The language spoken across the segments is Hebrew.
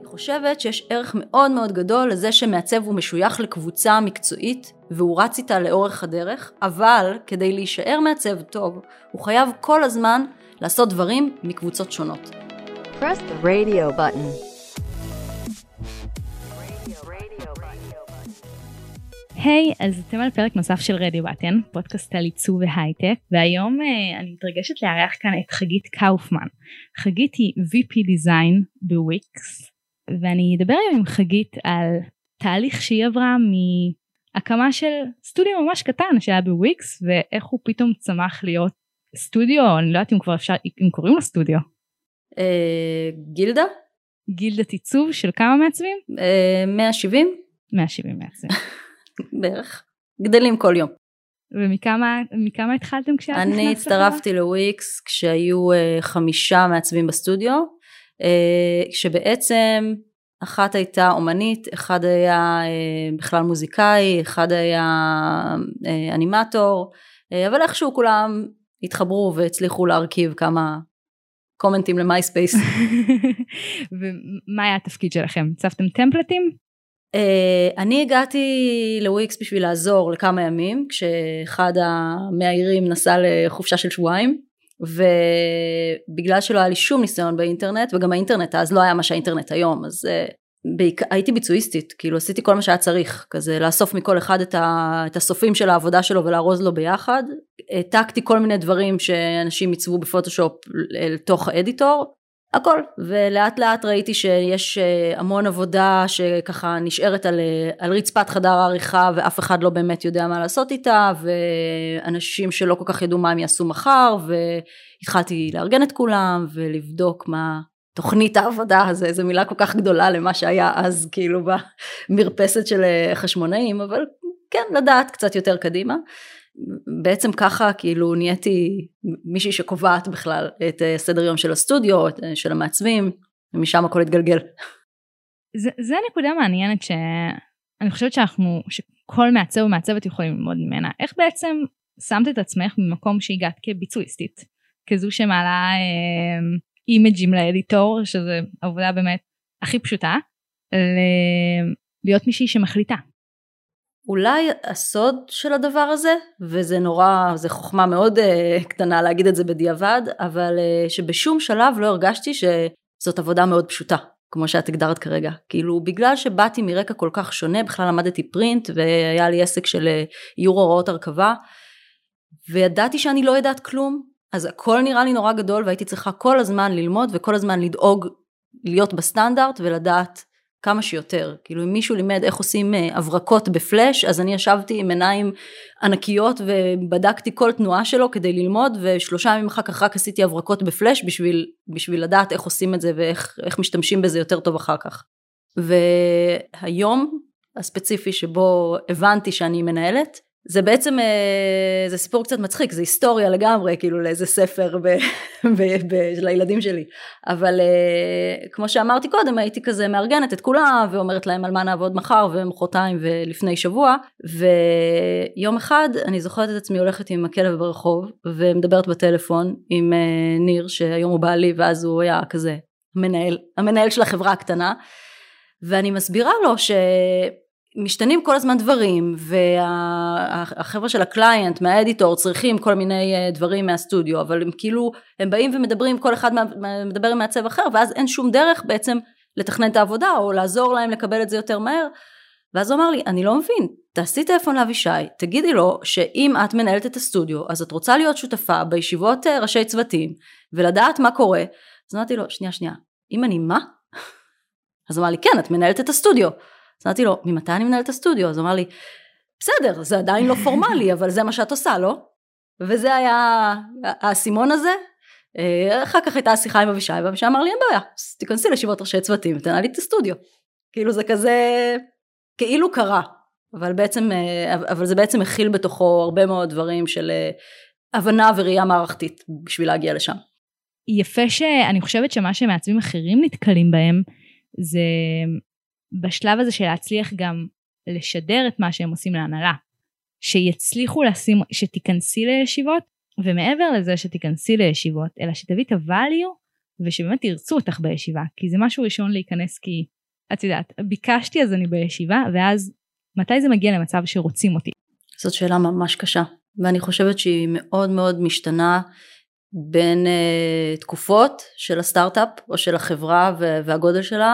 חושבת שיש ערך מאוד מאוד גדול לזה שמעצב הוא משוייך לקבוצה מקצועית והוא רץ איתה לאורך הדרך, אבל כדי להישאר מעצב טוב, הוא חייב כל הזמן לעשות דברים מקבוצות שונות. Press the radio button. היי, אז אתם על פרק נוסף של רדיו בטן, פודקאסט על עיצוב והייטק, והיום אני מתרגשת לארח כאן את חגית קאופמן. חגית היא VP Design בוויקס, ואני אדבר עם חגית על תהליך שהיא עברה מהקמה של סטודיו ממש קטן שהיה בוויקס, ואיך הוא פתאום צמח להיות סטודיו, אני לא יודעת אם כבר אפשר, אם קוראים לו סטודיו. גילדה? גילדת עיצוב של כמה מעצבים? 170. 170 מעצבים. בערך. גדלים כל יום. ומכמה התחלתם כשאת נכנסת? אני הצטרפתי לוויקס כשהיו 5 מעצבים בסטודיו, שבעצם אחת הייתה אומנית, אחד היה בכלל מוזיקאי, אחד היה אנימטור, אבל איכשהו כולם התחברו והצליחו להרכיב כמה קומנטים למייספייס. ומה היה התפקיד שלכם? הצבתם טמפלטים? אני הגעתי לוויקס בשביל לעזור לכמה ימים, כשאחד המאיירים נסע לחופשה של שבועיים, ובגלל שלא היה לי שום ניסיון באינטרנט, וגם האינטרנט אז לא היה מה שהאינטרנט היום, אז הייתי ביצועיסטית, כאילו עשיתי כל מה שהיה צריך, כזה לאסוף מכל אחד את הסופים של העבודה שלו ולארוז לו ביחד, העתקתי כל מיני דברים שאנשים ייצבו בפוטושופ לתוך האדיטור, הכל, ולאט לאט ראיתי שיש המון עבודה שככה נשארת על רצפת חדר העריכה, ואף אחד לא באמת יודע מה לעשות איתה, ואנשים שלא כל כך ידעו מה הם יעשו מחר, והתחלתי לארגן את כולם, ולבדוק מה תוכנית העבודה, זו מילה כל כך גדולה למה שהיה אז, כאילו במרפסת של חשמונאים, אבל כן, לדעת קצת יותר קדימה. בעצם ככה כאילו נהייתי מישהי שקובעת בכלל את סדר יום של הסטודיו, של המעצבים, ומשם הכל התגלגל. זה נקודה מעניינת שאני חושבת שכל מעצב ומעצבת יכולים ללמוד ממנה. איך בעצם שמת את עצמך במקום שהגעת כביצועיסטית, כזו שמעלה אימג'ים לאדיטור, שזה עבודה באמת הכי פשוטה, להיות מישהי שמחליטה. אולי הסוד של הדבר הזה, וזה נורא, זה חוכמה מאוד קטנה להגיד את זה בדיעבד, אבל שבשום שלב לא הרגשתי שזאת עבודה מאוד פשוטה, כמו שאת הגדרת כרגע. כאילו בגלל שבאתי מרקע כל כך שונה, בכלל למדתי פרינט, והיה לי עסק של איור הוראות הרכבה, וידעתי שאני לא יודעת כלום, אז הכל נראה לי נורא גדול, והייתי צריכה כל הזמן ללמוד, וכל הזמן לדאוג להיות בסטנדרט, ולדעת כמה שיותר, כאילו אם מישהו לימד איך עושים הברקות בפלש, אז אני ישבתי עם עיניים ענקיות ובדקתי כל תנועה שלו כדי ללמוד, ו3 ימים אחר כך רק עשיתי הברקות בפלש בשביל לדעת איך עושים את זה ואיך משתמשים בזה יותר טוב אחר כך. והיום הספציפי שבו הבנתי שאני מנהלת, זה בעצם, זה סיפור קצת מצחיק, זה היסטוריה לגמרי, כאילו לאיזה ספר לילדים שלי, אבל כמו שאמרתי קודם, הייתי כזה מארגנת את כולם, ואומרת להם על מה נעבוד מחר, ומחרתיים ולפני שבוע, ויום אחד אני זוכרת את עצמי הולכת עם הכלב ברחוב, ומדברת בטלפון עם ניר, שהיום הוא בעלי, ואז הוא היה כזה המנהל של החברה הקטנה, ואני מסבירה לו משתנים כל הזמן דברים, והחבר'ה של הקליינט, מהאדיטור, צריכים כל מיני דברים מהסטודיו, אבל הם כאילו, הם באים ומדברים, כל אחד מדבר עם מעצב אחר, ואז אין שום דרך בעצם לתכנן את העבודה, או לעזור להם לקבל את זה יותר מהר, ואז הוא אמר לי, אני לא מבין, תעשי טלפון לאבישי, תגידי לו, שאם את מנהלת את הסטודיו, אז את רוצה להיות שותפה בישיבות ראשי צוותים, ולדעת מה קורה, אז אמרתי לו, שנייה, אם אני מה? אז הוא אמר לי, כן, את מנהלת את הסטודיו, אז אמרתי לו, ממתי אני מנהלת את הסטודיו? אז הוא אמר לי, בסדר, זה עדיין לא פורמלי, אבל זה מה שאת עושה, לא? וזה היה הסימון הזה. אחר כך הייתה השיחה עם אבישי, ואבישי אמר לי, אין בעיה, תיכנסי לישיבות ראשי צוותים, ותנהלי את הסטודיו. כאילו זה כזה, כאילו קרה, אבל זה בעצם מכיל בתוכו הרבה מאוד דברים של הבנה וראייה מערכתית, בשביל להגיע לשם. יפה שאני חושבת שמה שמעצבים אחרים נתקלים בהם, זה בשלב הזה של להצליח גם לשדר את מה שהם עושים להנהלה, שיצליחו שתיכנסי לישיבות, ומעבר לזה שתיכנסי לישיבות, אלא שתביא את הvalue, ושבאמת תרצו אותך בישיבה, כי זה משהו ראשון להיכנס כי את יודעת, ביקשתי אז אני בישיבה, ואז מתי זה מגיע למצב שרוצים אותי? זאת שאלה ממש קשה, ואני חושבת שהיא מאוד מאוד משתנה בין תקופות של הסטארט-אפ או של החברה והגודל שלה,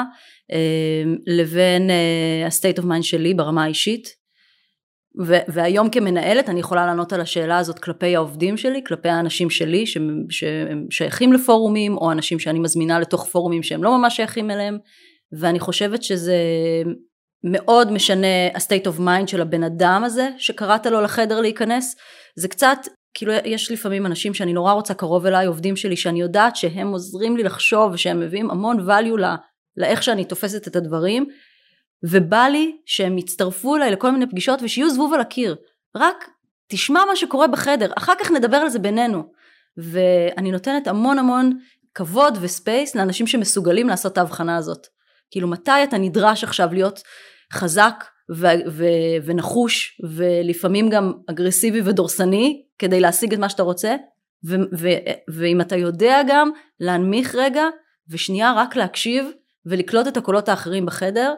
לבין ה-state of mind שלי ברמה האישית, והיום כמנהלת אני יכולה לענות על השאלה הזאת כלפי העובדים שלי, כלפי האנשים שלי שהם שייכים לפורומים, או אנשים שאני מזמינה לתוך פורומים שהם לא ממש שייכים אליהם, ואני חושבת שזה מאוד משנה ה-state of mind של הבן אדם הזה, שקראת לו לחדר להיכנס. זה קצת, כאילו יש לפעמים אנשים שאני נורא רוצה קרוב אליי, עובדים שלי שאני יודעת שהם עוזרים לי לחשוב, ושהם מביאים המון value לאיך שאני תופסת את הדברים, ובא לי שהם יצטרפו אליי לכל מיני פגישות, ושיהיו זבוב על הקיר, רק תשמע מה שקורה בחדר, אחר כך נדבר על זה בינינו, ואני נותנת המון המון כבוד וספייס, לאנשים שמסוגלים לעשות את ההבחנה הזאת, כאילו מתי אתה נדרש עכשיו להיות חזק ונחוש, ולפעמים גם אגרסיבי ודורסני, כדי להשיג את מה שאתה רוצה, ואם אתה יודע גם להנמיך רגע, ושנייה רק להקשיב, ולקלוט את הקולות האחרים בחדר,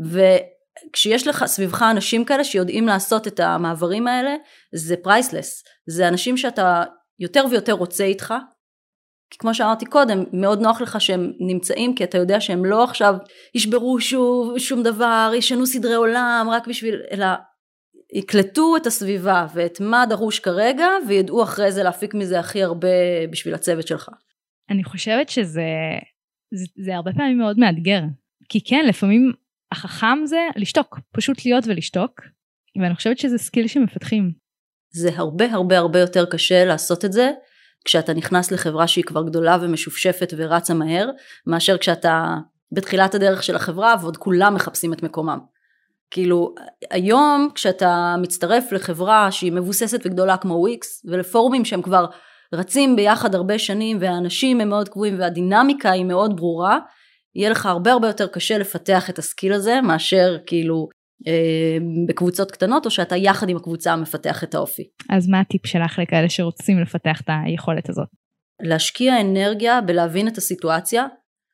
וכשיש לך סביבך אנשים כאלה, שיודעים לעשות את המעברים האלה, זה פרייסלס, זה אנשים שאתה יותר ויותר רוצה איתך, כי כמו שאמרתי קודם, מאוד נוח לך שהם נמצאים, כי אתה יודע שהם לא עכשיו ישברו שום דבר, ישנו סדרי עולם, רק בשביל, אלא יקלטו את הסביבה, ואת מה דרוש כרגע, וידעו אחרי זה להפיק מזה הכי הרבה בשביל הצוות שלך. אני חושבת שזה הרבה פעמים מאוד מאתגר, כי כן, לפעמים החכם זה לשתוק, פשוט להיות ולשתוק, ואני חושבת שזה סקיל שמפתחים. זה הרבה הרבה הרבה יותר קשה לעשות את זה, כשאתה נכנס לחברה שהיא כבר גדולה ומשופשפת ורצה מהר, מאשר כשאתה בתחילת הדרך של החברה, ועוד כולם מחפשים את מקומם. כאילו, היום כשאתה מצטרף לחברה שהיא מבוססת וגדולה כמו וויקס, ולפורומים שהם כבר רצים ביחד הרבה שנים, והאנשים הם מאוד קבועים, והדינמיקה היא מאוד ברורה, יהיה לך הרבה הרבה יותר קשה לפתח את הסקיל הזה, מאשר כאילו בקבוצות קטנות, או שאתה יחד עם הקבוצה מפתח את האופי. אז מה הטיפ שלך לכאלה שרוצים לפתח את היכולת הזאת? להשקיע אנרגיה בלהבין את הסיטואציה,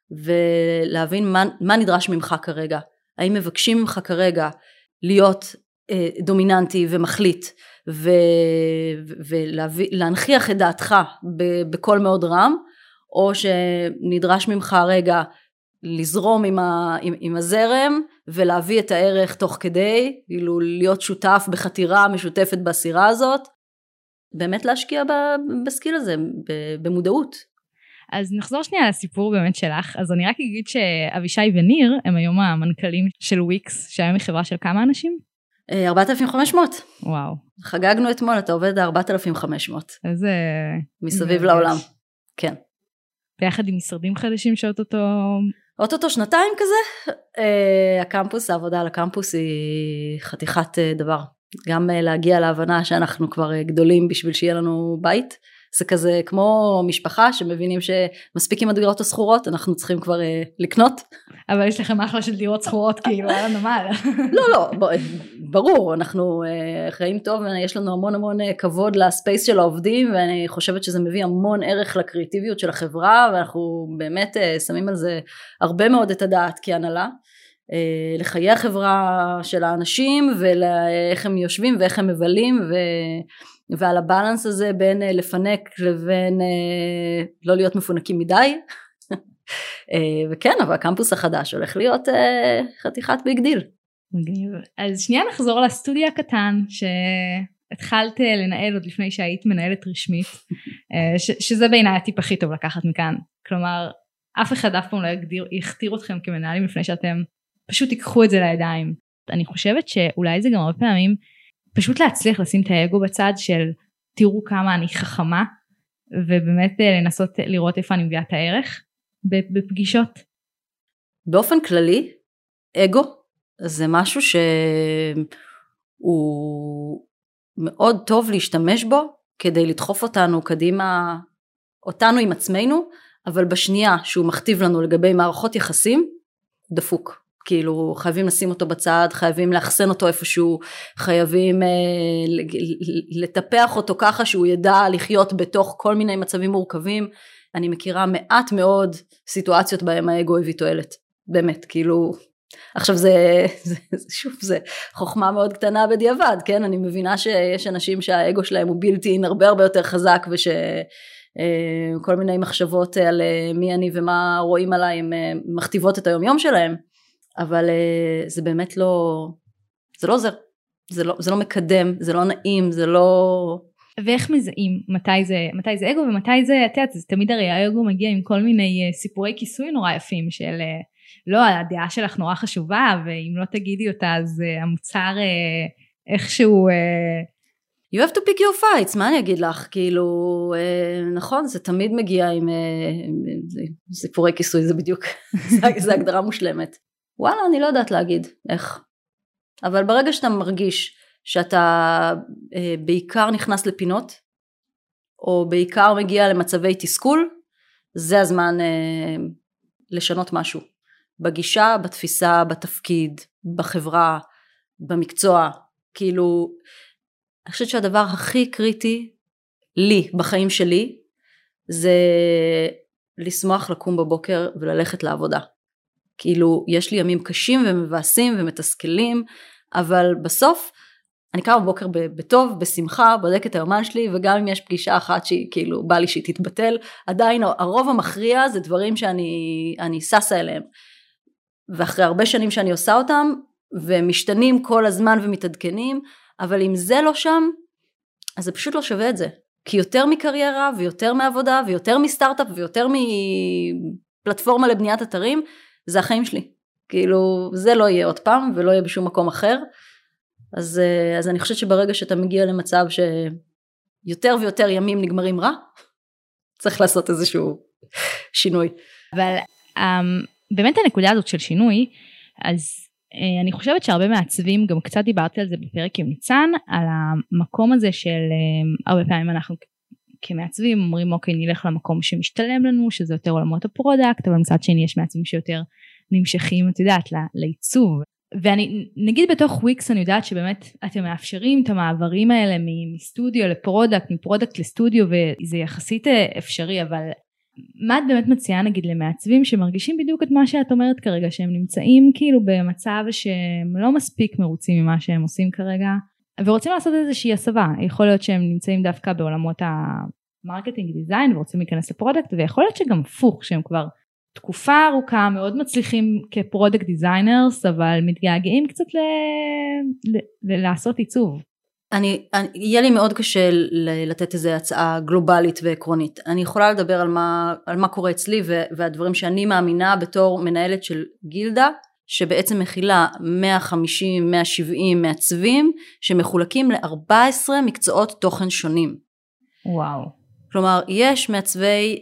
ולהבין מה נדרש ממך כרגע. האם מבקשים ממך כרגע להיות דומיננטי ומחליט, ולהנחיח את דעתך בקול מאוד רם, או שנדרש ממך רגע לזרום עם הזרם, ולהביא את הערך תוך כדי, כאילו להיות שותף בחתירה משותפת בסירה הזאת, באמת להשקיע בסקיל הזה, במודעות. אז נחזור שנייה לסיפור באמת שלך, אז אני רק אגיד שאבישי וניר, הם היום המנכ"לים של וויקס, שהיום היא חברה של כמה אנשים? 4,500. וואו. חגגנו אתמול, אתה עובד 4,500. איזה... מסביב לעולם. כן. ביחד עם משרדים חדשים אוטוטו שנתיים כזה, הקמפוס, העבודה על הקמפוס היא חתיכת דבר. גם להגיע להבנה שאנחנו כבר גדולים בשביל שיהיה לנו בית, זה כזה כמו משפחה שמבינים שמספיק עם הדירות הסחורות, אנחנו צריכים כבר לקנות. אבל יש לכם אחלה של דירות סחורות, כאילו, היה נמל. לא, ברור, אנחנו חיים טוב, ויש לנו המון המון כבוד לספייס של העובדים, ואני חושבת שזה מביא המון ערך לקריאטיביות של החברה, ואנחנו באמת שמים על זה הרבה מאוד את הדעת כהנהלה, לחיי החברה של האנשים, ואיך הם יושבים ואיך הם מבלים, ועל הבלנס הזה בין לפנק לבין לא להיות מפונקים מדי, וכן, אבל הקמפוס החדש הולך להיות חתיכת ביג דיל. אז שנייה נחזור לסטודיו הקטן שהתחלת לנהל עוד לפני שהיית מנהלת רשמית, שזה בעיניי הטיפ הכי טוב לקחת מכאן, כלומר אף אחד אף פעם לא יכתיר אתכם כמנהלים לפני שאתם פשוט תיקחו את זה לידיים. אני חושבת שאולי זה גם הרבה פעמים פשוט להצליח לשים את האגו בצד של תראו כמה אני חכמה, ובאמת לנסות לראות איפה אני מביאה את הערך בפגישות. באופן כללי, אגו זה משהו שהוא מאוד טוב להשתמש בו, כדי לדחוף אותנו קדימה, אותנו עם עצמנו, אבל בשנייה שהוא מכתיב לנו לגבי מערכות יחסים, דפוק. כאילו חייבים לשים אותו בצד, חייבים לאחסן אותו איפשהו, חייבים לטפח אותו ככה שהוא ידע לחיות בתוך כל מיני מצבים מורכבים. אני מכירה מעט מאוד סיטואציות בהם האגו הביא תועלת, באמת, כאילו עכשיו שוב, זה חוכמה מאוד קטנה בדיעבד, כן? אני מבינה שיש אנשים שהאגו שלהם הוא בלתי הרבה הרבה יותר חזק, ושכל מיני מחשבות על מי אני ומה רואים עליי, הם מכתיבות את היום יום שלהם, אבל זה באמת זה לא עוזר, זה לא מקדם, זה לא נעים, זה לא... ואיך מזהים מתי זה אגו ומתי זה, את יודעת, זה תמיד הרי האגו מגיע עם כל מיני סיפורי כיסוי נורא יפים של... לא, הדעה שלך נורא חשובה, ואם לא תגידי אותה, אז המוצר איכשהו... You have to pick your fights, מה אני אגיד לך? כאילו, נכון, זה תמיד מגיע עם סיפורי כיסוי, זה בדיוק, זה הגדרה מושלמת. וואלה, אני לא יודעת להגיד איך. אבל ברגע שאתה מרגיש שאתה בעיקר נכנס לפינות, או בעיקר מגיע למצבי תסכול, זה הזמן לשנות משהו. בגישה, בתפיסה, בתפקיד, בחברה, במקצוע, כאילו, אני חושבת שהדבר הכי קריטי לי, בחיים שלי, זה לשמוח לקום בבוקר וללכת לעבודה. כאילו, יש לי ימים קשים ומבאסים ומתסכלים, אבל בסוף, אני קמה בבוקר בטוב, בשמחה, בודק את היומן שלי, וגם אם יש פגישה אחת שהיא כאילו, בא לי שהיא תתבטל, עדיין הרוב המכריע זה דברים שאני ססה אליהם. ואחרי הרבה שנים שאני עושה אותם, ומשתנים כל הזמן ומתעדכנים, אבל אם זה לא שם, אז זה פשוט לא שווה את זה. כי יותר מקריירה, ויותר מעבודה, ויותר מסטארט-אפ, ויותר מפלטפורמה לבניית אתרים, זה החיים שלי. כאילו, זה לא יהיה עוד פעם, ולא יהיה בשום מקום אחר. אז אני חושבת שברגע שאתה מגיע למצב שיותר ויותר ימים נגמרים רע, צריך לעשות איזשהו שינוי. אבל באמת הנקודה הזאת של שינוי, אז אני חושבת שהרבה מעצבים, גם קצת דיברתי על זה בפרק עם ניצן, על המקום הזה של הרבה פעמים אנחנו כמעצבים אומרים אוקיי נלך למקום שמשתלם לנו, שזה יותר עולמות הפרודקט, אבל מצד שני יש מעצבים שיותר נמשכים, את יודעת, לעיצוב. ואני נגיד בתוך וויקס אני יודעת שבאמת אתם מאפשרים את המעברים האלה מסטודיו לפרודקט, מפרודקט לסטודיו, וזה יחסית אפשרי, אבל מה את באמת מציעה נגיד למעצבים שמרגישים בדיוק את מה שאת אומרת כרגע, שהם נמצאים כאילו במצב שהם לא מספיק מרוצים ממה שהם עושים כרגע, ורוצים לעשות איזושהי הסבה, יכול להיות שהם נמצאים דווקא בעולמות המרקטינג דיזיין, ורוצים להיכנס לפרודקט, ויכול להיות שגם הפוך, שהם כבר תקופה ארוכה מאוד מצליחים כפרודקט דיזיינרס, אבל מתגעגעים קצת לעשות עיצוב. יהיה לי מאוד קשה לתת איזו הצעה גלובלית ועקרונית. אני יכולה לדבר על מה קורה אצלי, והדברים שאני מאמינה בתור מנהלת של גילדה, שבעצם מכילה 150-170 מעצבים, שמחולקים ל-14 מקצועות תוכן שונים. וואו. כלומר, יש מעצבי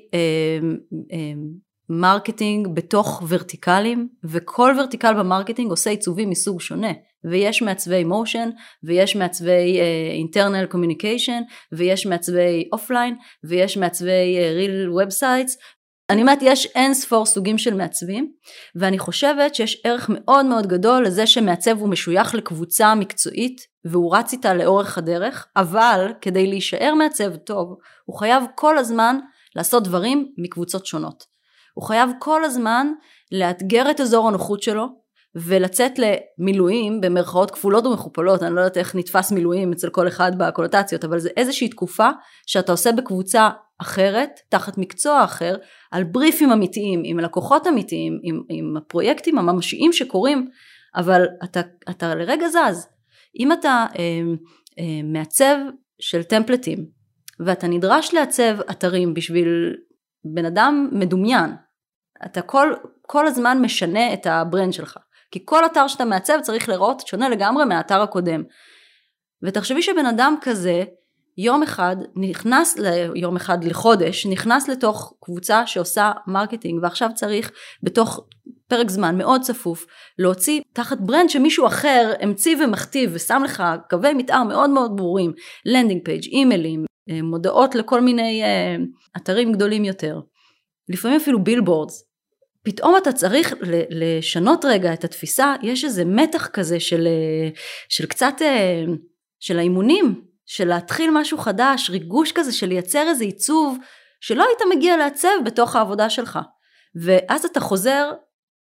מרקטינג בתוך ורטיקלים, וכל ורטיקל במרקטינג עושה עיצובים מסוג שונה. ויש מעצבי מושן, ויש מעצבי internal communication, ויש מעצבי אופליין, ויש מעצבי real websites. אני אומרת, יש אין ספור סוגים של מעצבים, ואני חושבת שיש ערך מאוד מאוד גדול לזה שמעצב הוא משוייך לקבוצה מקצועית, והוא רץ איתה לאורך הדרך, אבל כדי להישאר מעצב טוב, הוא חייב כל הזמן לעשות דברים מקבוצות שונות. הוא חייב כל הזמן לאתגר את אזור הנוחות שלו, ולצאת למילואים במרכאות כפולות ומכופלות, אני לא יודעת איך נתפס מילואים אצל כל אחד בקונוטציות, אבל זה איזושהי תקופה שאתה עושה בקבוצה אחרת, תחת מקצוע אחר, על בריפים אמיתיים, עם לקוחות אמיתיים, עם הפרויקטים הממשיים שקורים, אבל אתה לרגע זז. אם אתה מעצב של טמפלטים, ואתה נדרש לעצב אתרים בשביל בן אדם מדומיין, אתה כל הזמן משנה את הברנד שלך. כי כל אתר שאתה מעצב צריך לראות שונה לגמרי מהאתר הקודם. ותחשבי שבן אדם כזה, יום אחד לחודש, נכנס לתוך קבוצה שעושה מרקטינג, ועכשיו צריך בתוך פרק זמן מאוד צפוף, להוציא תחת ברנד שמישהו אחר המציא ומכתיב, ושם לך קווי מתאר מאוד מאוד ברורים, לנדינג פייג', אימיילים, מודעות לכל מיני אתרים גדולים יותר. לפעמים אפילו בילבורדס. פתאום אתה צריך לשנות רגע את התפיסה, יש איזה מתח כזה של קצת, של האימונים, של להתחיל משהו חדש, ריגוש כזה של לייצר איזה עיצוב, שלא היית מגיע לעצב בתוך העבודה שלך. ואז אתה חוזר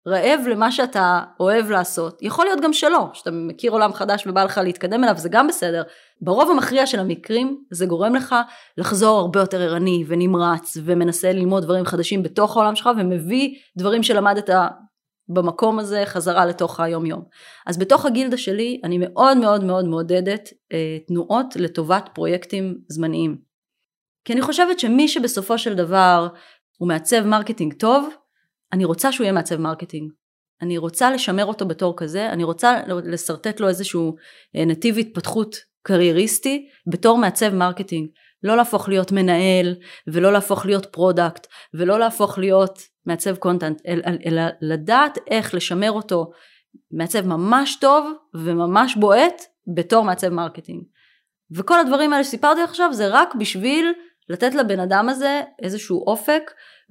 רעב למה שאתה אוהב לעשות, יכול להיות גם שלא, שאתה מכיר עולם חדש ובא לך להתקדם אליו, זה גם בסדר. ברוב המכריע של המקרים, זה גורם לך לחזור הרבה יותר ערני ונמרץ, ומנסה ללמוד דברים חדשים בתוך העולם שלך, ומביא דברים שלמדת במקום הזה חזרה לתוך היום יום. אז בתוך הגילדה שלי, אני מאוד מאוד מאוד מעודדת תנועות לטובת פרויקטים זמניים. כי אני חושבת שמי שבסופו של דבר הוא מעצב מרקטינג טוב, אני רוצה שהוא יהיה מעצב מרקטינג. אני רוצה לשמר אותו בתור כזה, אני רוצה לסרטט לו איזשהו נתיב התפתחות קרייריסטי בתור מעצב מרקטינג. לא להפוך להיות מנהל, ולא להפוך להיות פרודקט, ולא להפוך להיות מעצב קונטנט, אלא לדעת איך לשמר אותו מעצב ממש טוב וממש בועט בתור מעצב מרקטינג. וכל הדברים האלה שסיפרתי עכשיו זה רק בשביל לתת לבן אדם הזה איזשהו אופק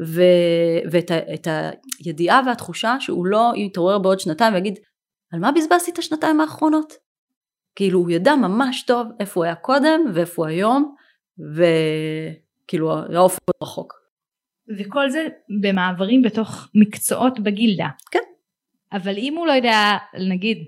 ואת הידיעה והתחושה שהוא לא יתעורר בעוד שנתיים ויגיד, על מה בזבזתי את השנתיים האחרונות? כאילו הוא ידע ממש טוב איפה הוא היה קודם ואיפה הוא היום, וכאילו האופק רחוק. וכל זה במעברים בתוך מקצועות בגילדה. כן. אבל אם הוא לא יודע, נגיד,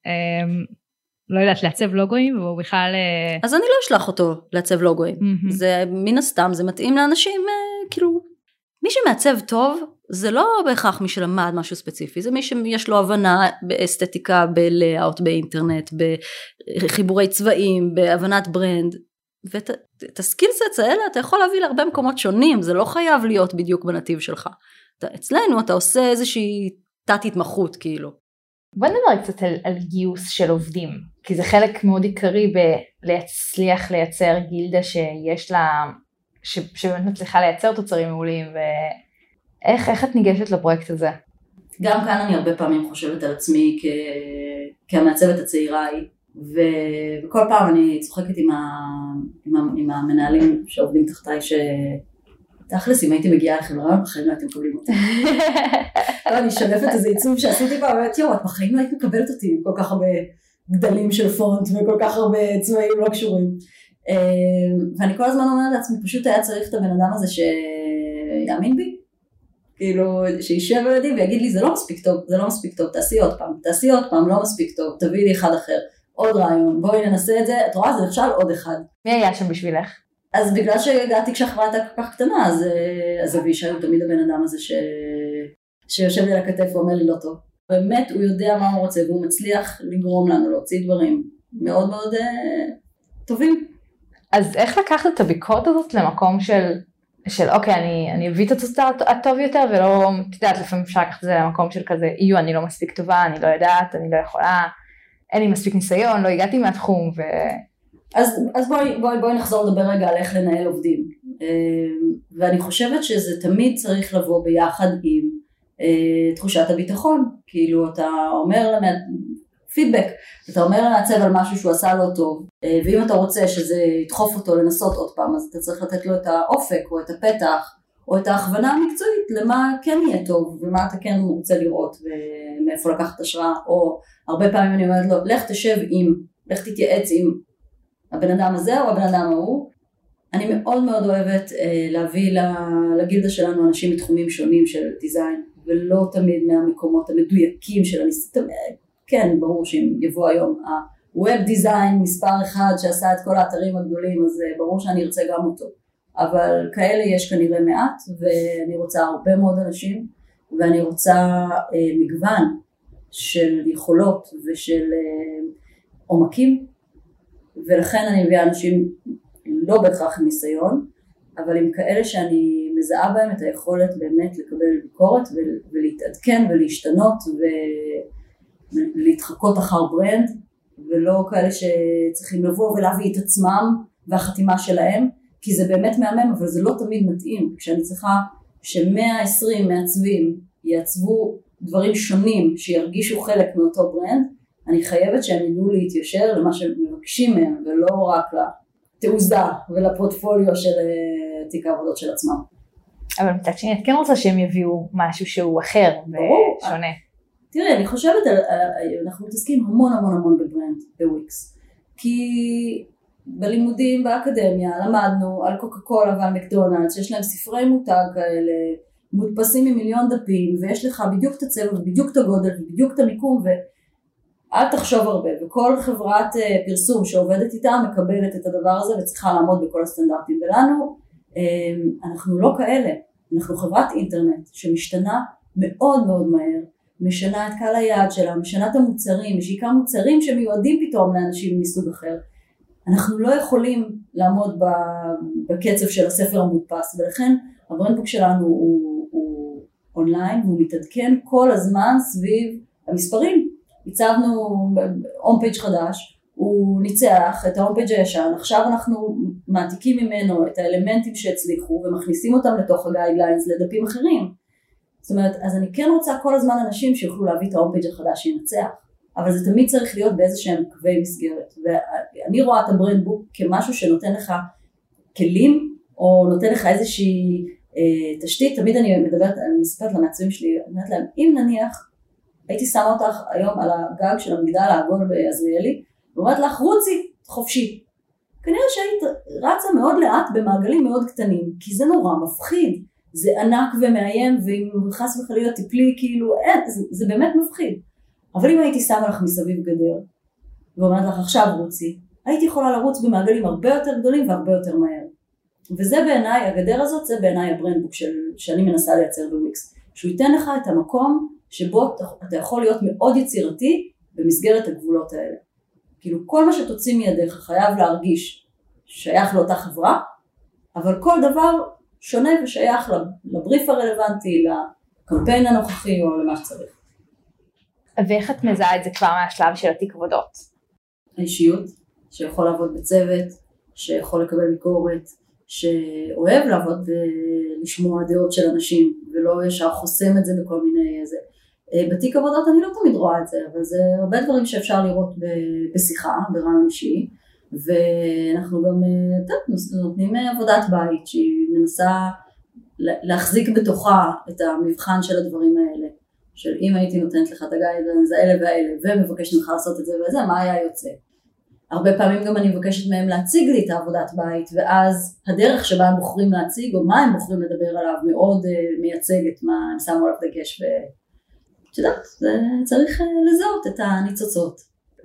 לא יודעת לעצב לוגויים, והוא בכלל... אז אני לא אשלח אותו לעצב לוגויים. זה מן הסתם, זה מתאים לאנשים, כאילו, מי שמעצב טוב, זה לא בהכרח מי שלמד משהו ספציפי, זה מי שיש לו הבנה באסתטיקה, בלאוט באינטרנט, בחיבורי צבעים, בהבנת ברנד, ואת הסקילסטס האלה אתה יכול להביא להרבה מקומות שונים, זה לא חייב להיות בדיוק בנתיב שלך. אצלנו אתה עושה איזושהי תת התמחות כאילו. בוא נדבר קצת על גיוס של עובדים, כי זה חלק מאוד עיקרי בלהצליח לייצר גילדה שיש לה, שבאמת מצליחה לייצר תוצרים מעולים, ואיך את ניגשת לפרויקט הזה? גם כאן אני הרבה פעמים חושבת על עצמי כמעצבת הצעירה היא, וכל פעם אני צוחקת עם המנהלים שעובדים תחתיי תכלס, אם הייתי מגיעה לכם לרעיון, בחיים לא הייתם מקבלים אותי. אני שלפת איזה עיצוב שעשיתי בה, ואומרת, יו, את בחיים לא היית מקבלת אותי עם כל כך הרבה גדלים של פונט, וכל כך הרבה צבעים לא קשורים. ואני כל הזמן אומרת לעצמי, פשוט היה צריך את הבן אדם הזה שיאמין בי, כאילו, שישב לידי ויגיד לי, זה לא מספיק טוב, זה לא מספיק טוב, תעשי עוד פעם, לא מספיק טוב, תביאי לי אחד אחר, עוד רעיון, בואי ננסה את זה, את רואה, זה נכשל עוד אחד. מי היה שם בשבילך? אז בגלל שהגעתי כשהחברה הייתה כל כך קטנה, אז אבישי הוא תמיד הבן אדם הזה שיושב לי על הכתף ואומר לי לא טוב. באמת הוא יודע מה הוא רוצה, והוא מצליח לגרום לנו להוציא דברים מאוד מאוד טובים. אז איך לקחת את הביקורת הזאת למקום של אוקיי, אני אביא את התוצאה הטוב יותר, ולא, תדעת, לפעמים אפשר לקחת את זה למקום של כזה, אני לא מספיק טובה, אני לא יודעת, אני לא יכולה, אין לי מספיק ניסיון, לא הגעתי מהתחום, אז בואי נחזור לדבר רגע על איך לנהל עובדים. ואני חושבת שזה תמיד צריך לבוא ביחד עם תחושת הביטחון. כאילו אתה אומר פידבק, אתה אומר לעצב על משהו שהוא עשה לו טוב, ואם אתה רוצה שזה ידחוף אותו לנסות עוד פעם, אז אתה צריך לתת לו את האופק או את הפתח, או את ההכוונה המקצועית למה כן יהיה טוב, ומה אתה כן רוצה לראות, ומאיפה לקחת השראה, או הרבה פעמים אני אומרת לו, לך תתייעץ עם הבן אדם הזה או הבן אדם ההוא. אני מאוד מאוד אוהבת להביא לגילדה שלנו אנשים מתחומים שונים של דיזיין, ולא תמיד מהמקומות המדויקים של הניסיון. כן, ברור שאם יבוא היום הווב דיזיין מספר אחד שעשה את כל האתרים הגדולים, אז ברור שאני ארצה גם אותו. אבל כאלה יש כנראה מעט, ואני רוצה הרבה מאוד אנשים, ואני רוצה מגוון של יכולות ושל עומקים, ולכן אני מביאה אנשים לא בהכרח עם ניסיון, אבל עם כאלה שאני מזהה בהם את היכולת באמת לקבל ביקורת ולהתעדכן ולהשתנות ולהתחקות אחר ברנד, ולא כאלה שצריכים לבוא ולהביא את עצמם והחתימה שלהם, כי זה באמת מהמם, אבל זה לא תמיד מתאים. כשאני צריכה ש120 מעצבים יעצבו דברים שונים שירגישו חלק מאותו ברנד, אני חייבת שהם ידעו להתיישר למה שמבקשים מהם, ולא רק לתעוזה ולפורטפוליו של תיק העבודות של עצמם. אבל מצד שני, את כן רוצה שהם יביאו משהו שהוא אחר ושונה. תראי, אני חושבת, אנחנו מתעסקים המון המון המון בברנד, בוויקס. כי בלימודים באקדמיה למדנו על קוקה קולה ועל מקדונלדס, שיש להם ספרי מותג כאלה, מודפסים ממיליון דפים, ויש לך בדיוק את הצבע ובדיוק את הגודל ובדיוק את המיקום, ואל תחשוב הרבה, וכל חברת פרסום שעובדת איתה מקבלת את הדבר הזה וצריכה לעמוד בכל הסטנדרטים, ולנו אנחנו לא כאלה, אנחנו חברת אינטרנט שמשתנה מאוד מאוד מהר, משנה את קהל היעד שלה, משנה את המוצרים, משיקה מוצרים שמיועדים פתאום לאנשים מסוג אחר, אנחנו לא יכולים לעמוד בקצב של הספר המודפס, ולכן הברנדבוק שלנו הוא אונליין, והוא מתעדכן כל הזמן סביב המספרים. הצבנו הום פייג' חדש, הוא ניצח את ההום פייג' הישן, עכשיו אנחנו מעתיקים ממנו את האלמנטים שהצליחו, ומכניסים אותם לתוך הגיידליינס לדפים אחרים. זאת אומרת, אז אני כן רוצה כל הזמן אנשים שיוכלו להביא את ההום פייג' החדש שינצח, אבל זה תמיד צריך להיות באיזה שהם קווי מסגרת, ואני רואה את הברנדבוק כמשהו שנותן לך כלים, או נותן לך איזושהי תשתית. תמיד אני מדברת, אני מספרת למעצבים שלי, אני אומרת להם, אם נניח, הייתי שמה אותך היום על הגג של המגדל העגול בעזריאלי, ואומרת לך, רוצי, חופשי. כנראה שהיית רצה מאוד לאט במעגלים מאוד קטנים, כי זה נורא מפחיד, זה ענק ומאיים, ואם חס וחלילה תפלי, כאילו, זה באמת מפחיד. אבל אם הייתי שמה לך מסביב גדר, ואומרת לך עכשיו רוצי, הייתי יכולה לרוץ במעגלים הרבה יותר גדולים והרבה יותר מהר. וזה בעיניי, הגדר הזאת, זה בעיניי הברנדבוק שאני מנסה לייצר בוויקס. שהוא ייתן לך את המקום שבו אתה יכול להיות מאוד יצירתי במסגרת הגבולות האלה. כאילו כל מה שתוציא מידיך חייב להרגיש שייך לאותה חברה, אבל כל דבר שונה ושייך לבריף הרלוונטי, לקמפיין הנוכחי או למה שצריך. ואיך את מזהה את זה כבר מהשלב של התיק עבודות? האישיות, שיכול לעבוד בצוות, שיכול לקבל ביקורת, שאוהב לעבוד ולשמוע דעות של אנשים, ולא ישר חוסם את זה בכל מיני איזה. בתיק עבודות אני לא תמיד רואה את זה, אבל זה הרבה דברים שאפשר לראות בשיחה, ברעיון אישי, ואנחנו גם נותנים עבודת בית, שהיא מנסה להחזיק בתוכה את המבחן של הדברים האלה, של אם הייתי נותנת לך את הגיידליינס האלה והאלה, ומבקשת ממך לעשות את זה וזה, מה היה יוצא? הרבה פעמים גם אני מבקשת מהם להציג לי את העבודת בית, ואז הדרך שבה הם בוחרים להציג, או מה הם בוחרים לדבר עליו, מאוד מייצג את מה הם שמו עליו דגש, ושדעת, צריך לזהות את הניצוצות.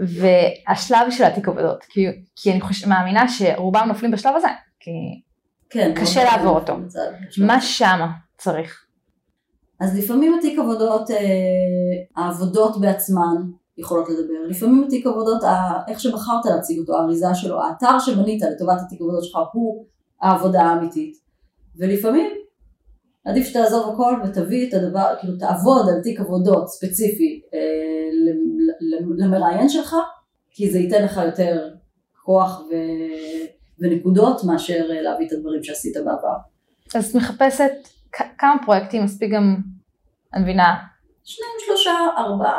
והשלב של התיק עבודות, כי אני מאמינה שרובם נופלים בשלב הזה, כי כן, קשה לעבור אותו. מה שמה צריך? אז לפעמים התיק עבודות, העבודות בעצמן, יכולות לדבר. לפעמים התיק עבודות, איך שבחרת להציג אותו, האריזה שלו, האתר שבנית לטובת התיק עבודות שלך, הוא העבודה האמיתית. ולפעמים, עדיף שתעזוב הכל ותביא את הדבר, כאילו תעבוד על תיק עבודות ספציפי למראיין שלך, כי זה ייתן לך יותר כוח ונקודות מאשר להביא את הדברים שעשית בעבר. אז מחפשת כמה פרויקטים, מספיק גם, אני מבינה, 2, 3, 4,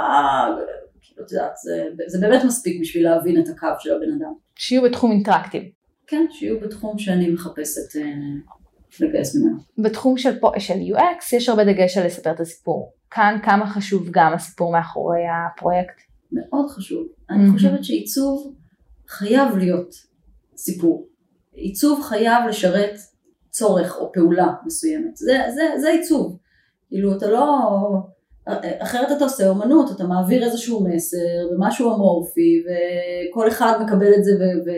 זה באמת מספיק בשביל להבין את הקו של הבן אדם. שיהיו בתחום אינטראקטיב. כן, שיהיו בתחום שאני מחפשת לגייס ממנו. בתחום של UX יש הרבה דגש על לספר את הסיפור. כאן כמה חשוב גם הסיפור מאחורי הפרויקט? מאוד חשוב. אני חושבת שעיצוב חייב להיות סיפור. עיצוב חייב לשרת צורך או פעולה מסוימת. זה עיצוב. כאילו אתה לא... אחרת אתה עושה אומנות, אתה מעביר איזשהו מסר ומשהו אמורפי, וכל אחד מקבל את זה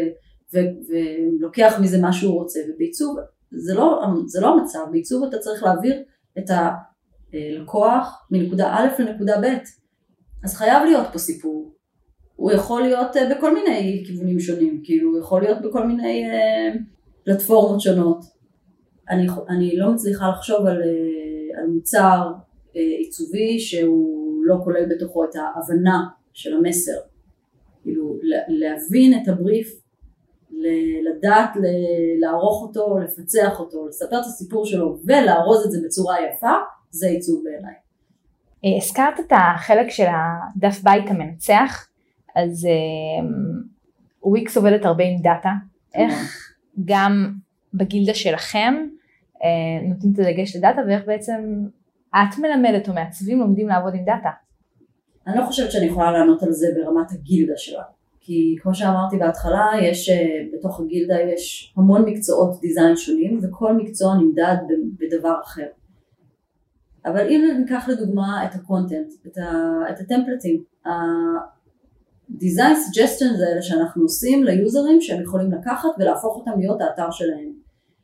ולוקח מזה מה שהוא רוצה, ובעיצוב זה לא המצב, בעיצוב אתה צריך להעביר את הלקוח מנקודה א' לנקודה ב', אז חייב להיות פה סיפור, הוא יכול להיות בכל מיני כיוונים שונים, כאילו הוא יכול להיות בכל מיני פלטפורמות שונות, אני לא מצליחה לחשוב על מוצר, עיצובי שהוא לא כולל בתוכו את ההבנה של המסר, כאילו להבין את הבריף, לדעת לערוך אותו, לפצח אותו, לספר את הסיפור שלו ולארוז את זה בצורה יפה, זה עיצוב בעיניי. הזכרת את החלק של הדף בית המנצח, אז וויקס עובדת הרבה עם דאטה, איך גם בגילדה שלכם נותנים את הדגש לדאטה, ואיך בעצם את מלמדת או מעצבים לומדים לעבוד עם דאטה? אני לא חושבת שאני יכולה לענות על זה ברמת הגילדה שלה, כי כמו שאמרתי בהתחלה, בתוך הגילדה יש המון מקצועות דיזיין שונים, וכל מקצוע נמדד בדבר אחר. אבל אם ניקח לדוגמה את הקונטנט, את הטמפלטים, ה-design suggestions האלה שאנחנו עושים ליוזרים שהם יכולים לקחת ולהפוך אותם להיות האתר שלהם.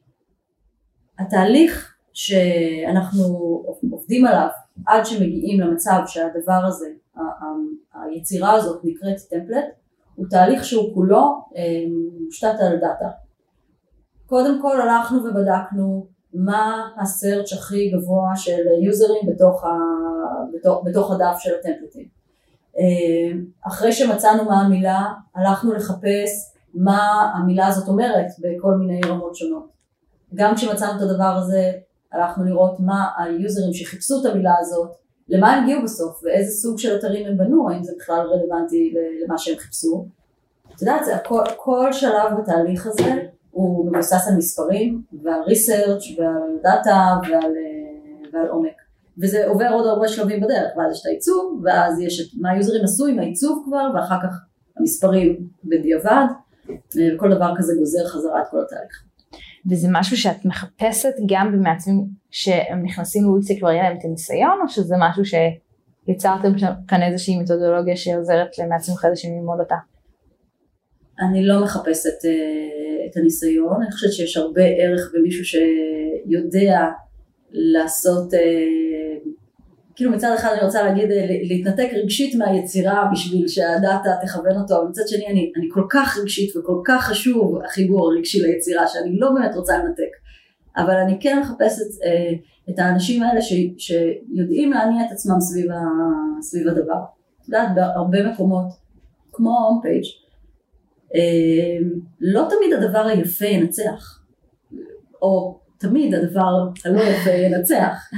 התהליך שאנחנו עובדים עליו עד שמגיעים למצב שהדבר הזה, היצירה הזאת נקראת טמפלט, הוא תהליך שהוא כולו מושתת על דאטה. קודם כל הלכנו ובדקנו מה הסרצ' הכי גבוה של יוזרים בתוך הדף של הטמפלטים. אחרי שמצאנו מה המילה, הלכנו לחפש מה המילה הזאת אומרת בכל מיני רמות שונות. גם כשמצאנו את הדבר הזה, הלכנו לראות מה היוזרים שחיפשו את המילה הזאת, למה הם הגיעו בסוף, ואיזה סוג של אתרים הם בנו, האם זה בכלל רלוונטי למה שהם חיפשו. את יודעת, כל שלב בתהליך הזה הוא מבוסס על מספרים, ועל ריסרצ' ועל דאטה ועל עומק. וזה עובר עוד הרבה שלבים בדרך, ואז יש את העיצוב, ואז יש את מה היוזרים עשו עם העיצוב כבר, ואחר כך המספרים בדיעבד, וכל דבר כזה גוזר חזרה את כל התהליך. וזה משהו שאת מחפשת גם במעצבים שהם נכנסים לוויקס כבר יהיה להם את הניסיון, או שזה משהו שיצרתם כאן איזושהי מתודולוגיה שעוזרת למעצבים חדשים ללמוד אותה? אני לא מחפשת את הניסיון, אני חושבת שיש הרבה ערך במישהו שיודע לעשות, כאילו מצד אחד אני רוצה להגיד להתנתק רגשית מהיצירה בשביל שהדאטה תכוון אותו, אבל מצד שני אני כל כך רגשית וכל כך חשוב החיבור הרגשי ליצירה שאני לא באמת רוצה לנתק, אבל אני כן מחפשת את האנשים האלה שיודעים להניע את עצמם סביב הדבר. את יודעת, בהרבה מקומות כמו הום פייג' לא תמיד הדבר היפה ינצח, או תמיד הדבר הלא יפה ינצח,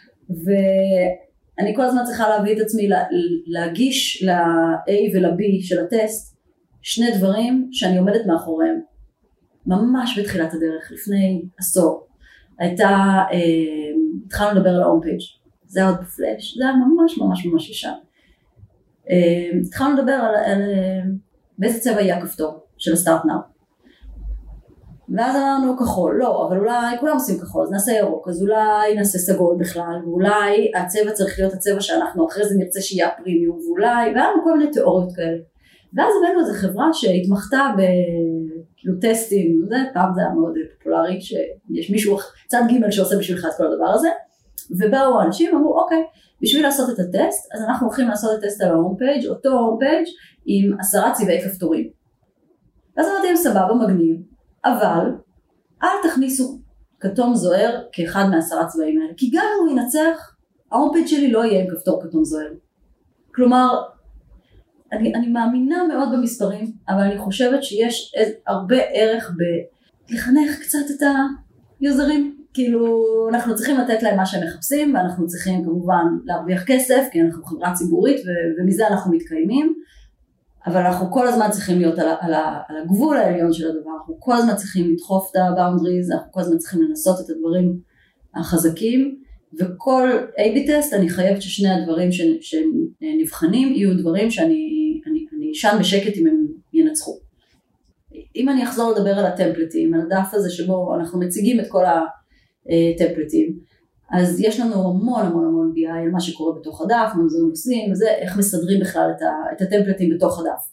ואני כל הזמן צריכה להביא את עצמי להגיש ל-A ול-B של הטסט שני דברים שאני עומדת מאחוריהם. ממש בתחילת הדרך, לפני עשור, התחלנו לדבר על ההום פייג', זה היה עוד בפלאש, זה היה ממש ממש ממש ישן. התחלנו לדבר על באיזה צבע יהיה הכפתור של הסטארט נאו. ואז אמרנו כחול, לא, אבל אולי כולם עושים כחול, אז נעשה ירוק, אז אולי נעשה סגול בכלל, ואולי הצבע צריך להיות הצבע שאנחנו אחרי זה נרצה שיהיה פרימיום, ואולי, והיה לנו כל מיני תיאוריות כאלה. ואז הבאנו איזו חברה שהתמחתה כאילו טסטים, פעם זה היה מאוד פופולרי, שיש מישהו צד ג' שעושה בשבילך את כל הדבר הזה, ובאו אנשים אמרו, אוקיי, בשביל לעשות את הטסט, אז אנחנו הולכים לעשות את הטסט על ההום פייג', אותו הום פייג' עם 10 צבעי כפתורים. ואז אמרתי הם סבבה, מגניב, אבל אל תכניסו כתום זוהר כאחד מ10 צבעים האלה, כי גם אם הוא ינצח, ההום פייג' שלי לא יהיה עם כפתור כתום זוהר. כלומר, אני מאמינה מאוד במספרים, אבל אני חושבת שיש הרבה ערך בלחנך קצת את היוזרים, כאילו אנחנו צריכים לתת להם מה שהם מחפשים, ואנחנו צריכים כמובן להרוויח כסף, כי אנחנו חברה ציבורית ומזה אנחנו מתקיימים, אבל אנחנו כל הזמן צריכים להיות על הגבול העליון של הדבר, אנחנו כל הזמן צריכים לדחוף את הבאונדריז, אנחנו כל הזמן צריכים לנסות את הדברים החזקים, וכל A/B טסט אני חייבת ששני הדברים שנבחנים יהיו דברים שאני אשן בשקט אם הם ינצחו. אם אני אחזור לדבר על הטמפלטים, על הדף הזה שבו אנחנו מציגים את כל הטמפלטים, אז יש לנו המון המון המון BI על מה שקורה בתוך הדף, מה זה עושים, וזה איך מסדרים בכלל את הטמפלטים בתוך הדף.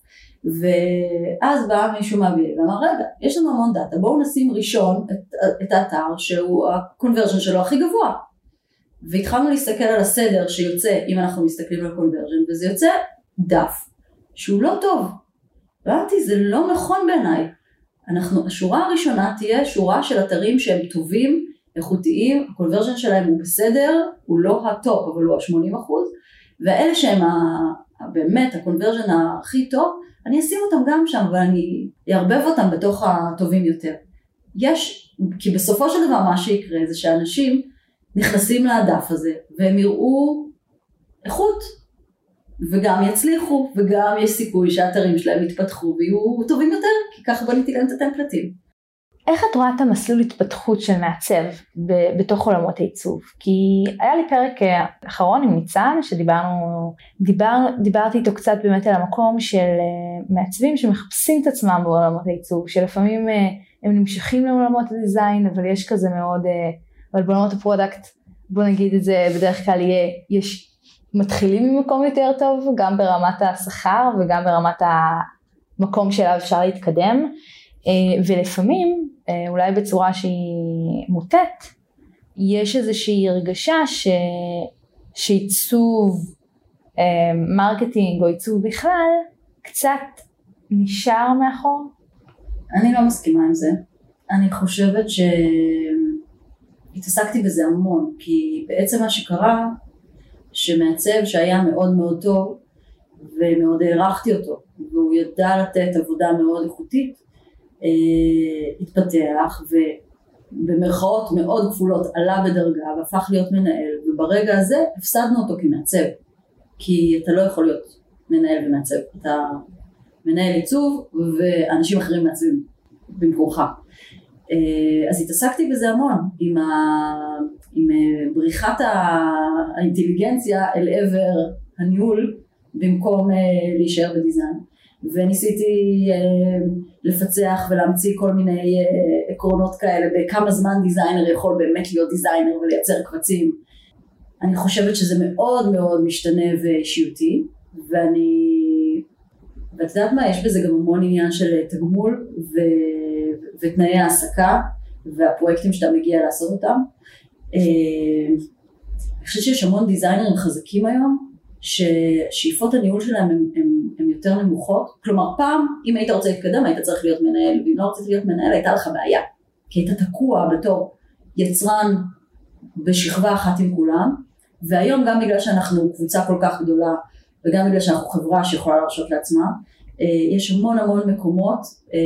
ואז בא מישהו מהBI ואמר, רגע, יש לנו המון דאטה, בואו נשים ראשון את האתר שהוא הקונברז'ן שלו הכי גבוה. והתחלנו להסתכל על הסדר שיוצא, אם אנחנו מסתכלים על קונברז'ן, וזה יוצא דף שהוא לא טוב. ראיתי, זה לא נכון בעיניי. השורה הראשונה תהיה שורה של אתרים שהם טובים, איכותיים, הקונברז'ן שלהם הוא בסדר, הוא לא הטופ, אבל הוא ה-80%, והאלה שהם באמת הקונברז'ן הכי טוב, אני אשים אותם גם שם, אבל אני אערבב אותם בתוך הטובים יותר. כי בסופו של דבר מה שיקרה זה שאנשים נכנסים לדף הזה, והם יראו איכות, וגם יצליחו, וגם יש סיכוי שהאתרים שלהם יתפתחו, ויהיו טובים יותר, כי ככה בניתי להם את הטמפלטים. איך את רואה את המסלול התפתחות של מעצב בתוך עולמות העיצוב? כי היה לי פרק אחרון עם ניצן, דיברתי איתו קצת באמת על המקום של מעצבים שמחפשים את עצמם בעולמות העיצוב, שלפעמים הם נמשכים לעולמות הדיזיין, אבל יש כזה מאוד, אבל בעולמות הפרודקט בוא נגיד את זה, בדרך כלל מתחילים ממקום יותר טוב, גם ברמת השכר וגם ברמת המקום שאליו אפשר להתקדם, ולפעמים, אולי בצורה שהיא מוטט, יש איזושהי הרגשה שעיצוב מרקטינג או עיצוב בכלל, קצת נשאר מאחור? אני לא מסכימה עם זה. אני חושבת שהתעסקתי בזה המון, כי בעצם מה שקרה, שמעצב שהיה מאוד מאוד טוב, ומאוד הערכתי אותו, והוא ידע לתת עבודה מאוד איכותית, התפתח, ובמרכאות מאוד כפולות עלה בדרגה, והפך להיות מנהל, וברגע הזה הפסדנו אותו כמעצב, כי אתה לא יכול להיות מנהל ומעצב, אתה מנהל עיצוב, ואנשים אחרים מעצבים במקומך. אז התעסקתי בזה המון, עם בריחת האינטליגנציה אל עבר הניהול, במקום להישאר בדיזיין. וניסיתי לפצח ולהמציא כל מיני עקרונות כאלה, בכמה זמן דיזיינר יכול באמת להיות דיזיינר ולייצר קבצים. אני חושבת שזה מאוד מאוד משתנה ואישיותי, ואת יודעת מה, יש בזה גם המון עניין של תגמול ותנאי העסקה, והפרויקטים שאתה מגיע לעשות אותם. אני חושבת שיש המון דיזיינרים חזקים היום, ששאיפות הניהול שלהם הם יותר נמוכות. כלומר, פעם, אם היית רוצה להתקדם, היית צריך להיות מנהל, ואם לא רצית להיות מנהל, הייתה לך בעיה. כי היית תקוע בתור יצרן בשכבה אחת עם כולם, והיום גם בגלל שאנחנו קבוצה כל כך גדולה, וגם בגלל שאנחנו חברה שיכולה להרשות לעצמה, יש המון המון מקומות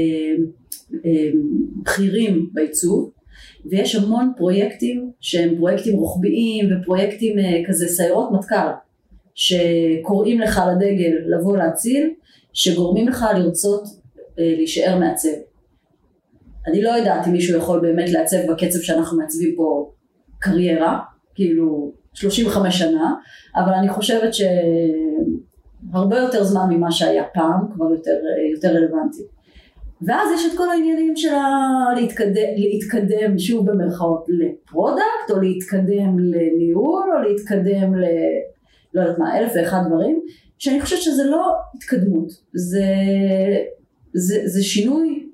בכירים בעיצוב, ויש המון פרויקטים שהם פרויקטים רוחביים ופרויקטים כזה סיירות מטכ"ל, שקוראים לך לדגל לבוא להציל, שגורמים לך לרצות להישאר מעצב. אני לא יודעת אם מישהו יכול באמת לעצב בקצב שאנחנו מעצבים פה קריירה, כאילו 35 שנה, אבל אני חושבת שהרבה יותר זמן ממה שהיה פעם, כבר יותר רלוונטי. ואז יש את כל העניינים של להתקדם שוב במרכאות לפרודקט, או להתקדם לניהול, או להתקדם לא יודעת מה, 1001 דברים, שאני חושבת שזה לא התקדמות, זה שינוי,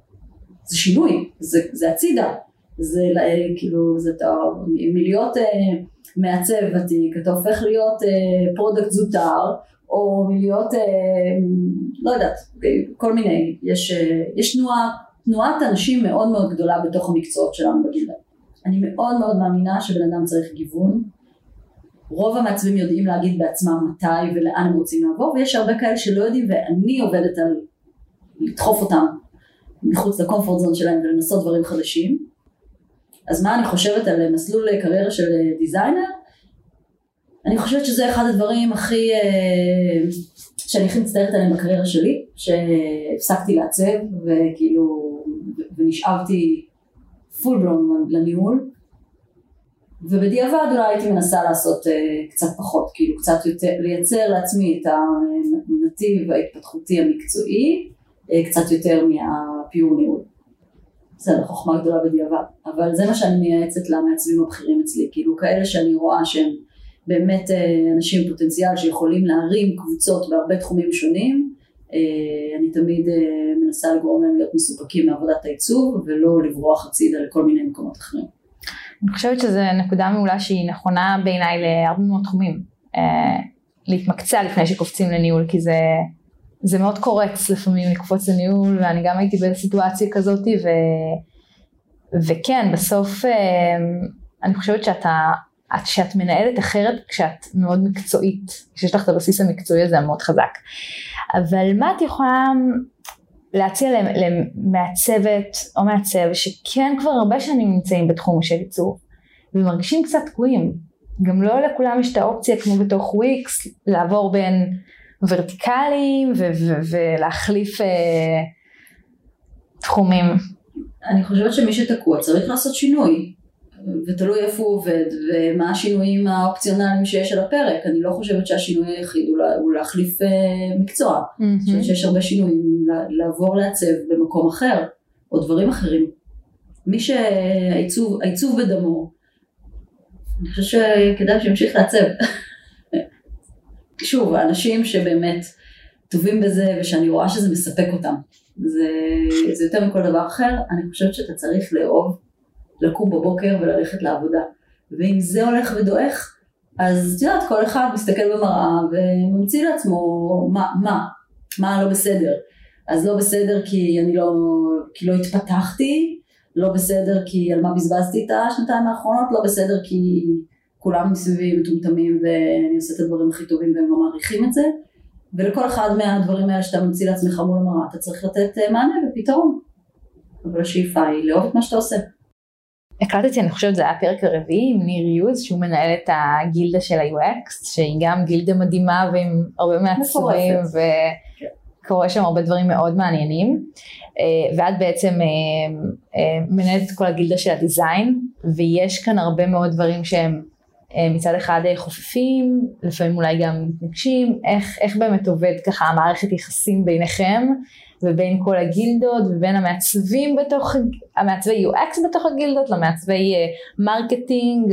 זה הצידה, זה כאילו, זה מלהיות מעצב ותיק, אתה הופך להיות פרודקט זוטר, או מלהיות, לא יודעת, כל מיני, יש תנועת אנשים מאוד מאוד גדולה בתוך המקצועות שלנו בגיל. אני מאוד מאוד מאמינה שבן אדם צריך גיוון, רוב המעצבים יודעים להגיד בעצמם מתי ולאן הם רוצים לעבור, ויש הרבה כאלה שלא יודעים, ואני עובדת על לדחוף אותם מחוץ לקומפורט זון שלהם ולנסות דברים חדשים. אז מה אני חושבת על מסלול קריירה של דיזיינר? אני חושבת שזה אחד הדברים שאני הכי מצטערת עליהם בקריירה שלי, שהפסקתי לעצב וכאילו, ונשאבתי פול בלון לניהול, ובדיעבד אולי הייתי מנסה לעשות קצת פחות, כאילו קצת יותר, לייצר לעצמי את הנתיב ההתפתחותי המקצועי, קצת יותר מהפיור ניהול. זה חוכמה גדולה בדיעבד, אבל זה מה שאני מייעצת למעצבים הבכירים אצלי, כאילו כאלה שאני רואה שהם באמת אנשים פוטנציאל שיכולים להרים קבוצות בהרבה תחומים שונים, אני תמיד מנסה לגרום להם להיות מסופקים מעבודת העיצוב, ולא לברוח הצידה לכל מיני מקומות אחרים. אני חושבת שזו נקודה מעולה שהיא נכונה בעיניי להרבה מאוד תחומים, להתמקצע לפני שקופצים לניהול, כי זה מאוד קורץ לפעמים לקפוץ לניהול, ואני גם הייתי בסיטואציה כזאת, וכן, בסוף אני חושבת שאת מנהלת אחרת כשאת מאוד מקצועית, כשיש לך את הבסיס המקצועי הזה מאוד חזק. אבל מה את יכולה להציע למעצבת או מעצב שכן כבר הרבה שנים נמצאים בתחום של עיצוב, ומרגישים קצת תקועים, גם לא לכולם יש את האופציה כמו בתוך וויקס, לעבור בין ורטיקליים ולהחליף תחומים. אני חושבת שמי שתקוע צריך לעשות שינוי, ותלוי איפה הוא עובד, ומה השינויים האופציונליים שיש על הפרק. אני לא חושבת שהשינוי היחיד הוא להחליף מקצוע. אני חושבת שיש הרבה שינויים, לעבור לעצב במקום אחר, או דברים אחרים. מי שהעיצוב בדמו, אני חושב שכדאי שימשיך לעצב. שוב, האנשים שבאמת טובים בזה ושאני רואה שזה מספק אותם, זה יותר מכל דבר אחר. אני חושבת שאתה צריך לאהוב, לקום בבוקר וללכת לעבודה. ואם זה הולך ודועך, אז את יודעת, כל אחד מסתכל במראה וממציא לעצמו מה לא בסדר. אז לא בסדר כי לא התפתחתי, לא בסדר כי על מה בזבזתי את השנתיים האחרונות, לא בסדר כי כולם מסביבי מטומטמים ואני עושה את הדברים הכי טובים והם לא מעריכים את זה. ולכל אחד מהדברים האלה שאתה ממציא לעצמך מול המראה, אתה צריך לתת מענה ופתרון. אבל השאיפה היא לאהוב את מה שאתה עושה. הקלטתי, אני חושבת, זה היה הפרק הרביעי עם ניר יוז, שהוא מנהל את הגילדה של ה-UX, שהיא גם גילדה מדהימה ועם הרבה מעצבים, וקורה שם הרבה דברים מאוד מעניינים. ואת בעצם מנהלת את כל הגילדה של הדיזיין, ויש כאן הרבה מאוד דברים שהם מצד אחד חופפים, לפעמים אולי גם מתנגשים. איך באמת עובד ככה המערכת יחסים ביניכם, ובין כל הגילדות, ובין המעצבים המעצבי UX בתוך הגילדות, למעצבי מרקטינג.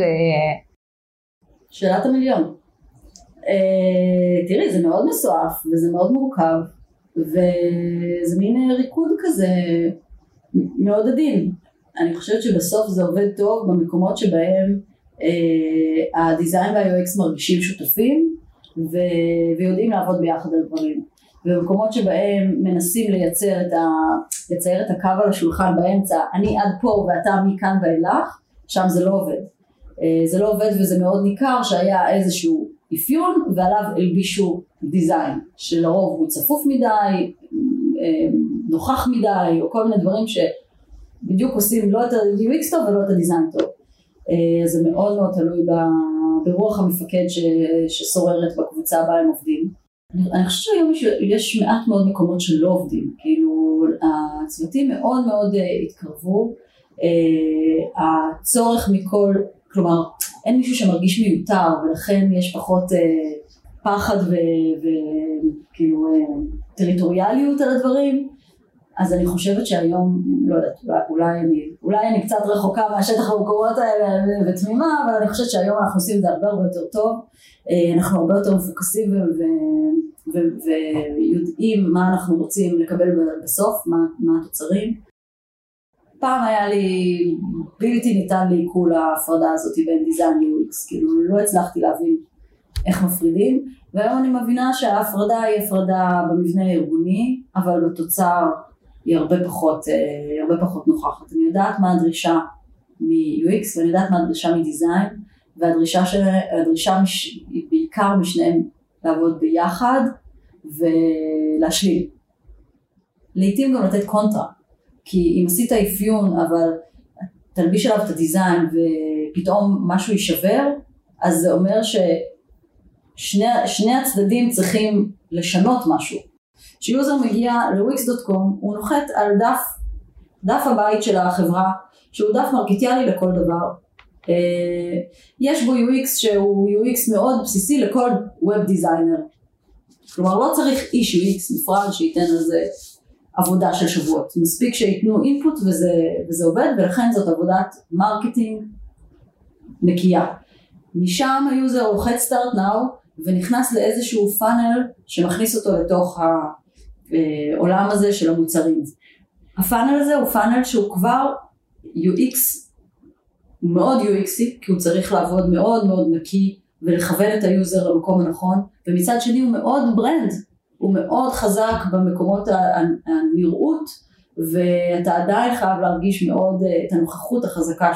שאלת המיליון. תראי, זה מאוד מסועף, וזה מאוד מורכב, וזה מין ריקוד כזה מאוד עדין. אני חושבת שבסוף זה עובד טוב במקומות שבהם הדיזיין וה-UX מרגישים שותפים, ויודעים לעבוד ביחד על דברים. ובמקומות שבהם מנסים לצייר את הקו על השולחן באמצע, אני עד פה ואתה מכאן ואילך, שם זה לא עובד. זה לא עובד וזה מאוד ניכר שהיה איזשהו אפיון ועליו הלבישו דיזיין, שלרוב הוא צפוף מדי, נוכח מדי, או כל מיני דברים שבדיוק עושים לא את ה-UX טוב ולא את הדיזיין טוב. זה מאוד מאוד תלוי ברוח המפקד ששוררת בקבוצה בה הם עובדים. אני חושבת שהיום יש מעט מאוד מקומות שלא עובדים, כאילו הצוותים מאוד מאוד התקרבו, הצורך מכל, כלומר אין מישהו שמרגיש מיותר ולכן יש פחות פחד וכאילו טריטוריאליות על הדברים. אז אני חושבת שהיום, לא יודעת, אולי אני קצת רחוקה מהשטח המקומות האלה ותמימה, אבל אני חושבת שהיום אנחנו עושים את זה הרבה יותר טוב, אנחנו הרבה יותר מפוקסים ויודעים מה אנחנו רוצים לקבל בסוף, מה התוצרים. פעם היה לי, בלתי ניתן לי עיכול ההפרדה הזאת בין דיזיין ל-UX, כאילו לא הצלחתי להבין איך מפרידים, והיום אני מבינה שההפרדה היא הפרדה במבנה הארגוני, אבל בתוצר היא הרבה פחות נוכחת. אני יודעת מה הדרישה מ-UX ואני יודעת מה הדרישה מדיזיין, והדרישה היא בעיקר משניהם לעבוד ביחד ולהשלים. לעתים גם לתת קונטרה, כי אם עשית אפיון אבל תלביש עליו את הדיזיין ופתאום משהו יישבר, אז זה אומר ששני הצדדים צריכים לשנות משהו. כשיוזר מגיע ל-wix.com הוא נוחת על דף הבית של החברה, שהוא דף מרקטיאלי לכל דבר. יש בו UX שהוא UX מאוד בסיסי לכל ווב דיזיינר. כלומר לא צריך איש UX נפרד שייתן על זה עבודה של שבועות. מספיק שיתנו אינפוט וזה עובד, ולכן זאת עבודת מרקטינג נקייה. משם היוזר לוחץ סטארט נאו ונכנס לאיזשהו פאנל שמכניס אותו לתוך העולם הזה של המוצרים. הפאנל הזה הוא פאנל שהוא כבר UX, הוא מאוד UXי, כי הוא צריך לעבוד מאוד מאוד נקי ולכוון את היוזר למקום הנכון, ומצד שני הוא מאוד ברנד, הוא מאוד חזק במקומות הנראות, ואתה עדיין חייב להרגיש מאוד את הנוכחות החזקה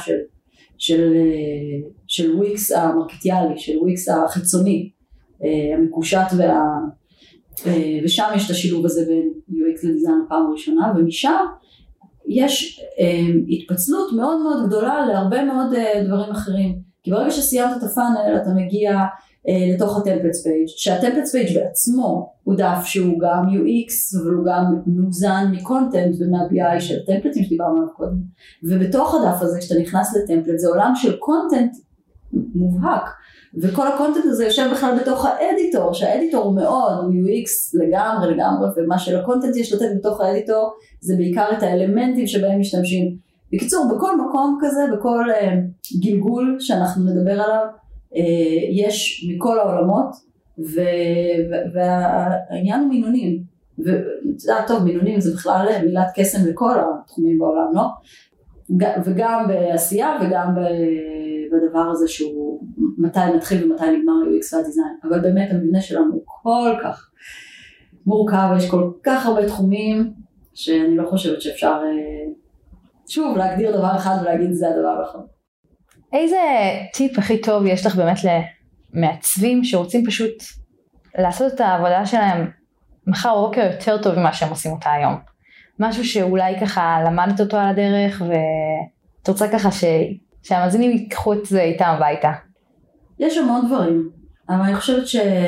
של וויקס המרקטיאלי, של וויקס החיצוני, המקושט ושם יש את השילוב הזה בין UX לדיזיין פעם ראשונה, ומשם יש התפצלות מאוד מאוד גדולה להרבה מאוד דברים אחרים, כי ברגע שסיימת את הפאנל אתה מגיע לתוך הטמפלטס פייג', שהטמפלטס פייג' בעצמו הוא דף שהוא גם UX אבל הוא גם מאוזן מקונטנט ומה-BI של הטמפלטים שדיברנו עליו קודם, ובתוך הדף הזה כשאתה נכנס לטמפלט זה עולם של קונטנט מובהק, וכל הקונטנט הזה יושב בכלל בתוך האדיטור, שהאדיטור הוא מאוד, הוא UX לגמרי, ומה שלקונטנט יש לתת בתוך האדיטור זה בעיקר את האלמנטים שבהם משתמשים בקיצור, בכל מקום כזה, בכל גלגול שאנחנו נדבר עליו, יש מכל העולמות, והעניין הוא מינונים, טוב, מינונים זה בכלל מילת קסם לכל התחומים בעולם, לא? וגם בעשייה וגם בדבר הזה שהוא מתי מתחיל ומתי נגמר UX והדיזיין, אבל באמת המבנה שלנו הוא כל כך מורכב, יש כל כך הרבה תחומים שאני לא חושבת שאפשר שוב להגדיר דבר אחד ולהגיד זה הדבר האחר. איזה טיפ הכי טוב יש לך באמת למעצבים שרוצים פשוט לעשות את העבודה שלהם מחר בבוקר יותר טוב ממה שהם עושים אותה היום? משהו שאולי ככה למדת אותו על הדרך ואת רוצה ככה שהמאזינים ייקחו את זה איתם הביתה. יש המון דברים, אבל אני חושבת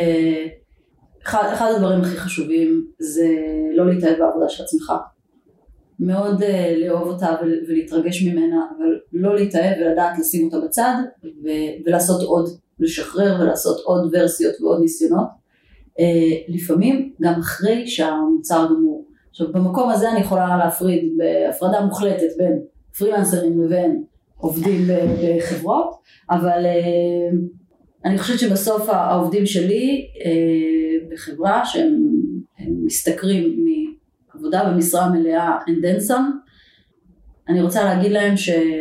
שאחד הדברים הכי חשובים זה לא להתאהב בעבודה של עצמך. מאוד לאהוב אותה ולהתרגש ממנה, אבל לא להתאהב ולדעת לשים אותה בצד ולעשות עוד, לשחרר ולעשות עוד ורסיות ועוד ניסיונות. לפעמים גם אחרי שהמוצר גמור. עכשיו במקום הזה אני יכולה להפריד בהפרדה מוחלטת בין פרילנסרים לבין עובדים בחברות, אבל אני חושבת שבסוף העובדים שלי בחברה שהם משתכרים מעבודה במשרה מלאה and then some, אני רוצה להגיד להם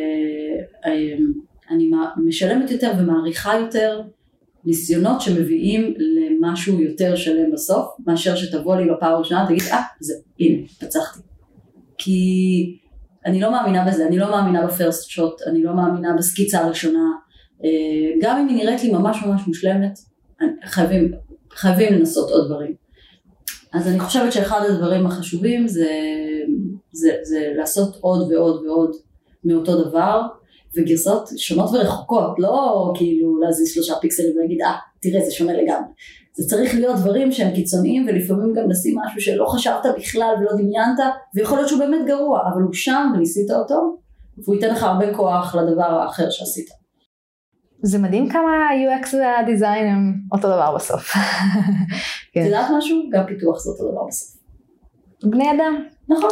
שאני משלמת יותר ומעריכה יותר ניסיונות שמביאים למשהו יותר שלם בסוף, מאשר שתבוא לי בפעם הראשונה, תגיד, הנה, פצחתי. כי אני לא מאמינה בזה, אני לא מאמינה בפרסט שוט, אני לא מאמינה בסקיצה הראשונה, גם אם היא נראית לי ממש ממש מושלמת, חייבים לנסות עוד דברים. אז אני חושבת שאחד הדברים החשובים זה לעשות עוד ועוד ועוד מאותו דבר, וגרסות שונות ורחוקות, לא כאילו להזיז 3 פיקסלים ולהגיד, תראה, זה שונה לגמרי. זה צריך להיות דברים שהם קיצוניים, ולפעמים גם לשים משהו שלא חשבת בכלל ולא דמיינת, ויכול להיות שהוא באמת גרוע, אבל הוא שם וניסית אותו, והוא ייתן לך הרבה כוח לדבר האחר שעשית. זה מדהים כמה UX והדיזיין הם אותו דבר בסוף. את יודעת משהו? גם פיתוח זה אותו דבר בסוף. בני אדם. נכון.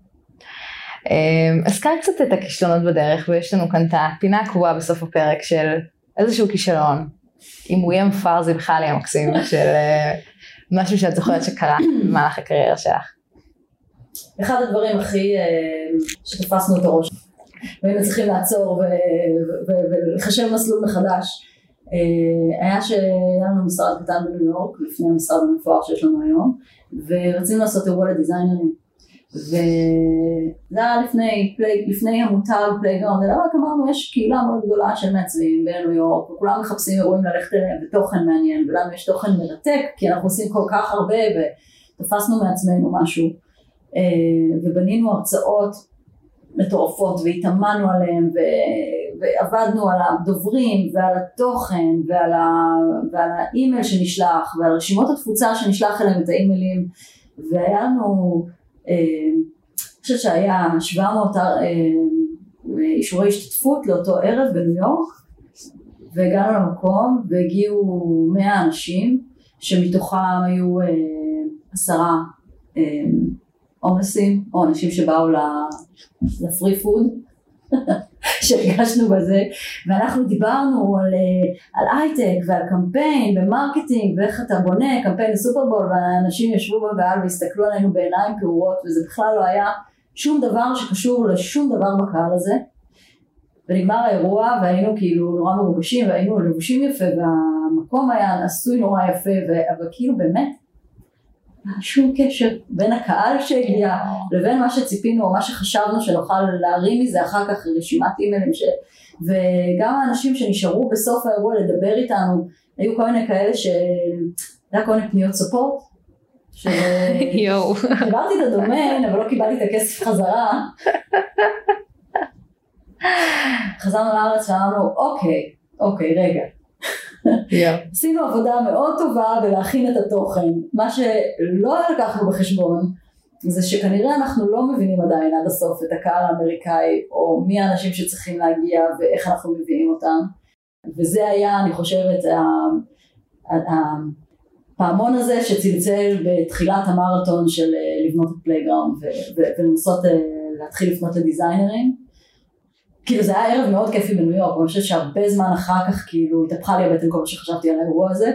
הזכר קצת את הכישלונות בדרך, ויש לנו כאן את הפינה הקבועה בסוף הפרק של איזשהו כישלון, אם הוא יהיה מפאר זה בכלל יהיה מקסים, של משהו שאת זוכרת שקרה במהלך הקריירה שלך. אחד הדברים הכי שתפסנו את הראש, והיינו צריכים לעצור ולחשב מסלול מחדש, היה שהיה לנו משרד קטן בניו יורק, לפני המשרד המפואר שיש לנו היום, ורצינו לעשות אירוע לדיזיינרים. וזה היה לפני המותג פלייגראונד, אלא רק אמרנו יש קהילה מאוד גדולה של מעצבים בניו יורק, וכולם מחפשים אירועים ללכת אליהם ותוכן מעניין, ולנו יש תוכן מרתק, כי אנחנו עושים כל כך הרבה ותפסנו מעצמנו משהו, ובנינו הרצאות מטורפות והתאמנו עליהם ועבדנו על הדוברים ועל התוכן ועל האימייל שנשלח ועל רשימות התפוצה שנשלח אליהם את האימיילים, והיה לנו אני חושבת שהיה 700 אישורי השתתפות לאותו ערב בניו יורק, והגענו למקום והגיעו 100 אנשים שמתוכם היו 10 הומלסים או אנשים שבאו לפרי פוד שהרגשנו בזה, ואנחנו דיברנו על הייטק ועל קמפיין ומרקטינג ואיך אתה בונה קמפיין לסופרבול, והאנשים ישבו בקהל והסתכלו עלינו בעיניים פעורות, וזה בכלל לא היה שום דבר שקשור לשום דבר בקהל הזה. ונגמר האירוע והיינו כאילו נורא מרוגשים והיינו לבושים יפה והמקום היה עשוי נורא יפה, אבל כאילו באמת שום קשר בין הקהל שהגיע לבין מה שציפינו או מה שחשבנו שנוכל להרים מזה אחר כך רשימת אימיילים, וגם האנשים שנשארו בסוף האירוע לדבר איתנו, היו כל מיני כאלה היה כל מיני פניות ספורט, קיבלתי את הדומיין אבל לא קיבלתי את הכסף חזרה. חזרנו לארץ ואמרנו אוקיי רגע, עשינו עבודה מאוד טובה בלהכין את התוכן. מה שלא לקחנו בחשבון זה שכנראה אנחנו לא מבינים עדיין עד הסוף את הקהל האמריקאי, או מי האנשים שצריכים להגיע ואיך אנחנו מביאים אותם, וזה היה אני חושבת הפעמון הזה שצלצל בתחילת המרתון של לבנות את פלייגראונד ולנסות להתחיל לפנות לדיזיינרים, כאילו זה היה ערב מאוד כיפי בניו יורק, אני חושבת שהרבה זמן אחר כך כאילו התהפכה לי הבטן כל מה שחשבתי על האירוע הזה.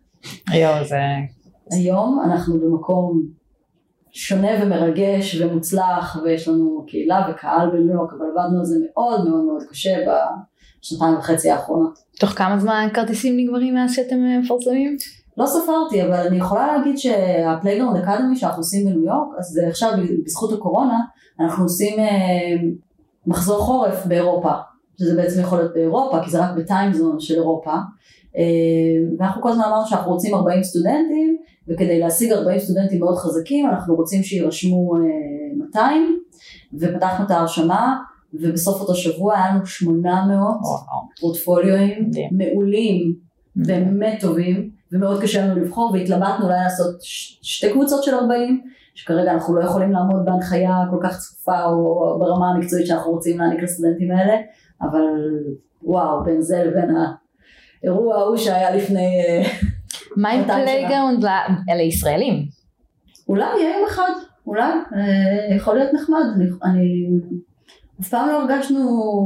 היום אנחנו במקום שונה ומרגש ומוצלח, ויש לנו קהילה וקהל בניו יורק, אבל עבדנו על זה מאוד מאוד מאוד קשה בשנתיים וחצי האחרונות. תוך כמה זמן כרטיסים נגמרים מאז שאתם מפרסמים? לא ספרתי, אבל אני יכולה להגיד שהפלייגראונד אקדמי שאנחנו עושים בניו יורק, אז עכשיו בזכות הקורונה, אנחנו עושים מחזור חורף באירופה, שזה בעצם יכול להיות באירופה, כי זה רק בטיימזון של אירופה, ואנחנו כל הזמן אמרנו שאנחנו רוצים 40 סטודנטים, וכדי להשיג 40 סטודנטים מאוד חזקים, אנחנו רוצים שירשמו 200, ופתחנו את ההרשמה, ובסוף אותו שבוע היה לנו 800 פורטפוליואים מעולים, באמת טובים, ומאוד קשה לנו לבחור, והתלבטנו אולי לעשות שתי קבוצות של 40, שכרגע אנחנו לא יכולים לעמוד בהנחיה כל כך צפופה, או ברמה המקצועית שאנחנו רוצים להעניק לסטודנטים האלה, אבל וואו, בין זה לבין האירוע ההוא שהיה לפני... מה עם פלייגראונד לישראלים? אולי יהיה יום אחד, אולי, יכול להיות נחמד, אף פעם לא הרגשנו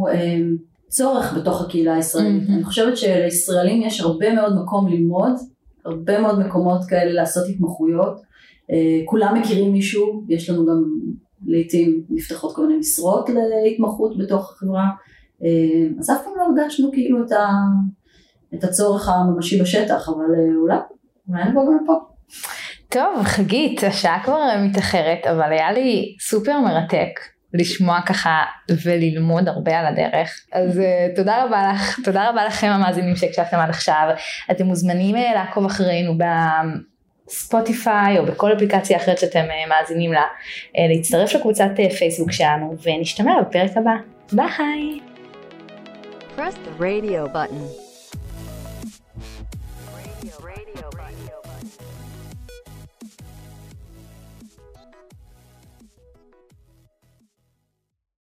צורך בתוך הקהילה הישראלית, אני חושבת שלישראלים יש הרבה מאוד מקום ללמוד, הרבה מאוד מקומות כאלה לעשות התמחויות, כולם מכירים מישהו, יש לנו גם לעתים נפתחות כל מיני משרות להתמחות בתוך החברה, אז אף פעם לא הרגשנו כאילו את הצורך הממשי בשטח, אבל אולי נבוא גם פה. טוב, חגית, השעה כבר מתאחרת, אבל היה לי סופר מרתק לשמוע ככה וללמוד הרבה על הדרך. אז תודה רבה לך, תודה רבה לכם המאזינים שהקשבתם עד עכשיו. אתם מוזמנים לעקוב אחרינו בספוטיפיי או בכל אפליקציה אחרת שאתם מאזינים לה, להצטרף לקבוצת פייסבוק שלנו, ונשתמע בפרק הבא. ביי! Press the radio button. Radio.